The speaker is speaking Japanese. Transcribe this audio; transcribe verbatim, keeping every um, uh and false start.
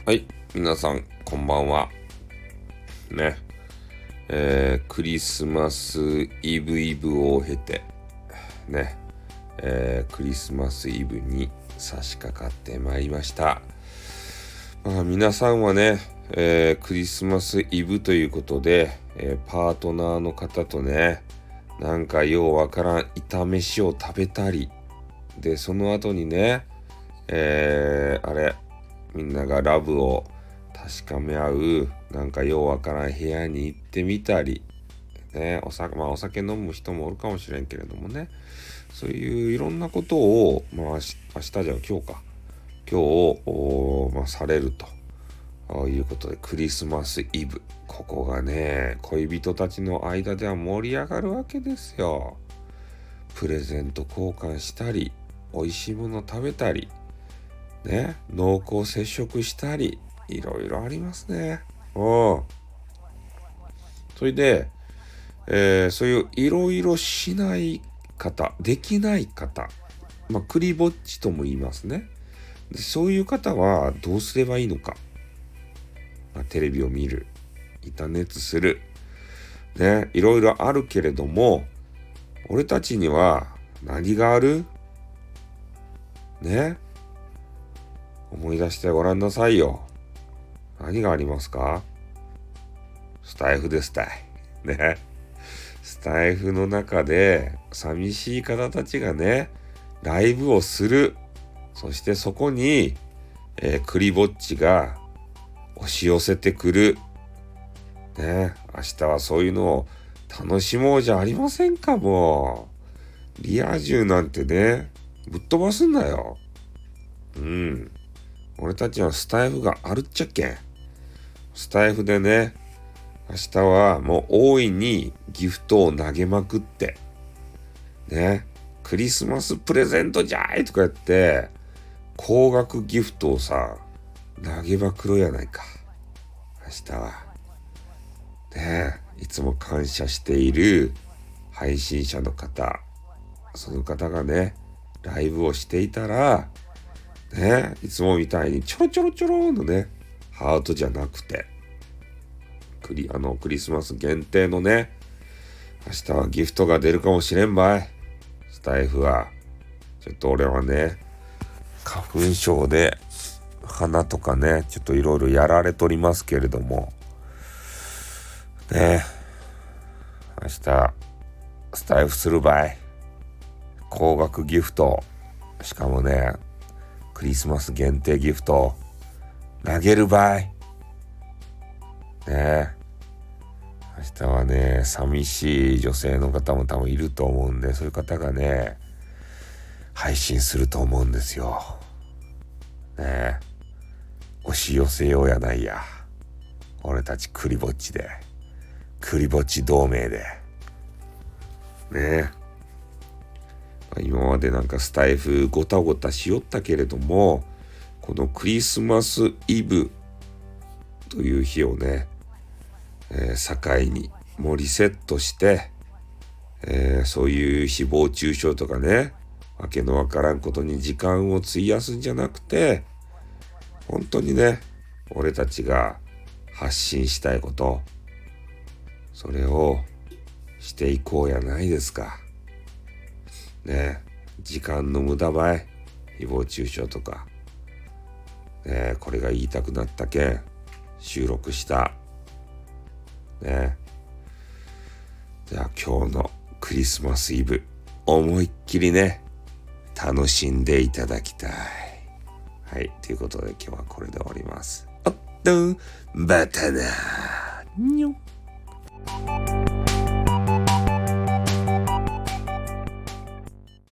はい、皆さんこんばんは。ね、えー、クリスマスイブイブを経てね、えー、クリスマスイブに差し掛かってまいりました。まあ、皆さんはね、えー、クリスマスイブということで、えー、パートナーの方とね、なんかようわからん炒飯を食べたりで、その後にね、えー、あれみんながラブを確かめ合うなんかようわからん部屋に行ってみたりね、お酒まあお酒飲む人もおるかもしれんけれどもね、そういういろんなことをまあ明日明日じゃ今日か今日まあされるということで、クリスマスイブ、ここがね恋人たちの間では盛り上がるわけですよ。プレゼント交換したり、美味しいもの食べたりね、濃厚接触したり、いろいろありますね。おそれで、えー、そういういろいろしない方、できない方、まあ、クリぼっちとも言いますね。でそういう方はどうすればいいのか。まあ、テレビを見る、インターネットする、ね、いろいろあるけれども、俺たちには何がある？ね、思い出してごらんなさいよ。何がありますか？スタイフですたい。ね。スタイフの中で寂しい方たちがね、ライブをする。そしてそこに、えー、クリぼっちが押し寄せてくる。ね。明日はそういうのを楽しもうじゃありませんか、もう。リア充なんてね、ぶっ飛ばすんだよ。うん。俺たちはスタイフがあるっちゃけん。スタイフでね、明日はもう大いにギフトを投げまくって、ね、クリスマスプレゼントじゃいとか言って、高額ギフトをさ、投げまくろやないか。明日は。ね、いつも感謝している配信者の方、その方がね、ライブをしていたら、ね、いつもみたいにちょろちょろちょろのね、ハートじゃなくて、クリ、あの、クリスマス限定のね、明日はギフトが出るかもしれんばい。スタイフは。ちょっと俺はね、花粉症で鼻とかね、ちょっといろいろやられとりますけれども、ね、明日、スタイフするばい。高額ギフト。しかもね、クリスマス限定ギフト、投げるばい。ね、明日はね、寂しい女性の方も多分いると思うんで、そういう方がね、配信すると思うんですよ。ね、押し寄せようやないや。俺たちクリぼっちで、クリぼっち同盟で。ね、今までなんかスタイフごたごたしよったけれども、このクリスマスイブという日をね、えー、境にもうリセットして、えー、そういう誹謗中傷とかね、わけのわからんことに時間を費やすんじゃなくて、本当にね、俺たちが発信したいこと、それをしていこうやないですか。ね、時間の無駄ばい、誹謗中傷とか。ね、これが言いたくなったけん、収録した。ね。じゃあ今日のクリスマスイブ、思いっきりね、楽しんでいただきたい。はい、ということで今日はこれで終わります。おっと、バタナー。にょっ。